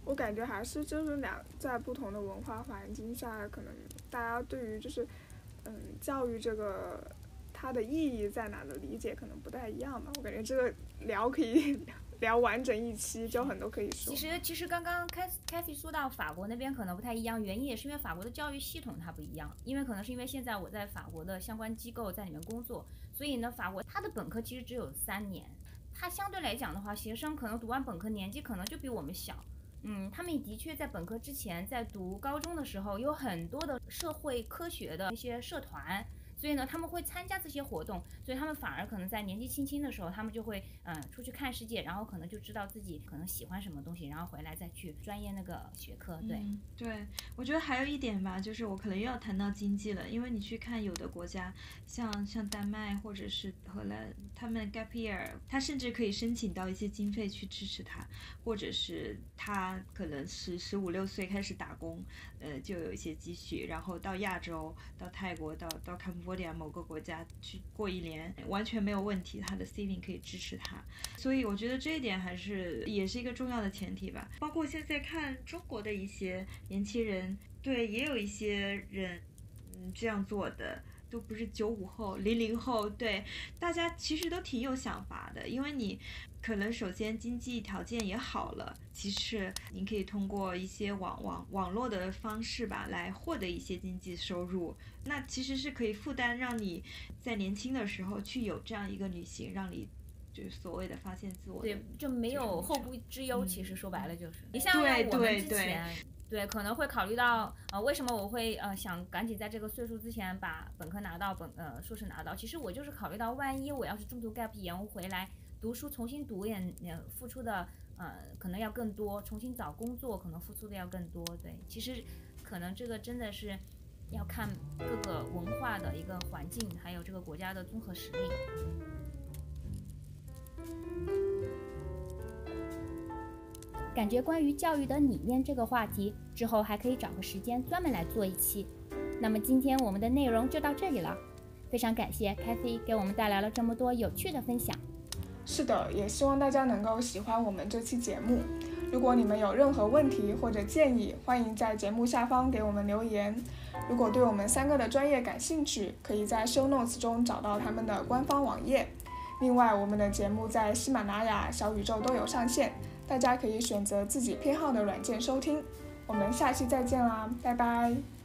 我感觉还是就是两在不同的文化环境下，可能大家对于就是嗯教育这个它的意义在哪的理解可能不太一样吧。我感觉这个聊可以聊完整一期，就很多可以说。 其实其实刚刚开开始说到法国那边可能不太一样，原因也是因为法国的教育系统它不一样，因为可能是因为现在我在法国的相关机构在里面工作，所以呢法国它的本科其实只有三年，它相对来讲的话，学生可能读完本科年纪可能就比我们小。嗯，他们的确在本科之前，在读高中的时候，有很多的社会科学的一些社团，所以呢，他们会参加这些活动，所以他们反而可能在年纪轻轻的时候，他们就会嗯出去看世界，然后可能就知道自己可能喜欢什么东西，然后回来再去专业那个学科。对、 嗯，对，我觉得还有一点吧，就是我可能又要谈到经济了，因为你去看有的国家，像像丹麦或者是荷兰，他们 gap year， 他甚至可以申请到一些经费去支持他，或者是他可能十十五六岁开始打工，呃，就有一些积蓄，然后到亚洲、到泰国、到到柬埔寨某个国家去过一年，完全没有问题，他的 saving 可以支持他，所以我觉得这一点还是也是一个重要的前提吧。包括现在看中国的一些年轻人，对，也有一些人嗯这样做的。都不是九五后、零零后，对，大家其实都挺有想法的，因为你可能首先经济条件也好了，其次你可以通过一些网网网络的方式吧，来获得一些经济收入，那其实是可以负担让你在年轻的时候去有这样一个旅行，让你就是所谓的发现自我的， 对，就没有后顾之忧、嗯。其实说白了就是，你像我们之前。对，可能会考虑到，呃，为什么我会呃想赶紧在这个岁数之前把本科拿到，本呃硕士拿到？其实我就是考虑到，万一我要是中途 gap 延误回来读书，重新读也呃付出的呃可能要更多，重新找工作可能付出的要更多。对，其实可能这个真的是要看各个文化的一个环境，还有这个国家的综合实力。感觉关于教育的理念这个话题，之后还可以找个时间专门来做一期。那么今天我们的内容就到这里了，非常感谢 Cathy 给我们带来了这么多有趣的分享。 是的，也希望大家能够喜欢我们这期节目。如果你们有任何问题或者建议，欢迎在节目下方给我们留言。如果对我们三个的专业感兴趣，可以在 show notes 中找到他们的官方网页。另外，我们的节目在喜马拉雅、小宇宙都有上线，大家可以选择自己偏好的软件收听。我们下期再见啦，拜拜。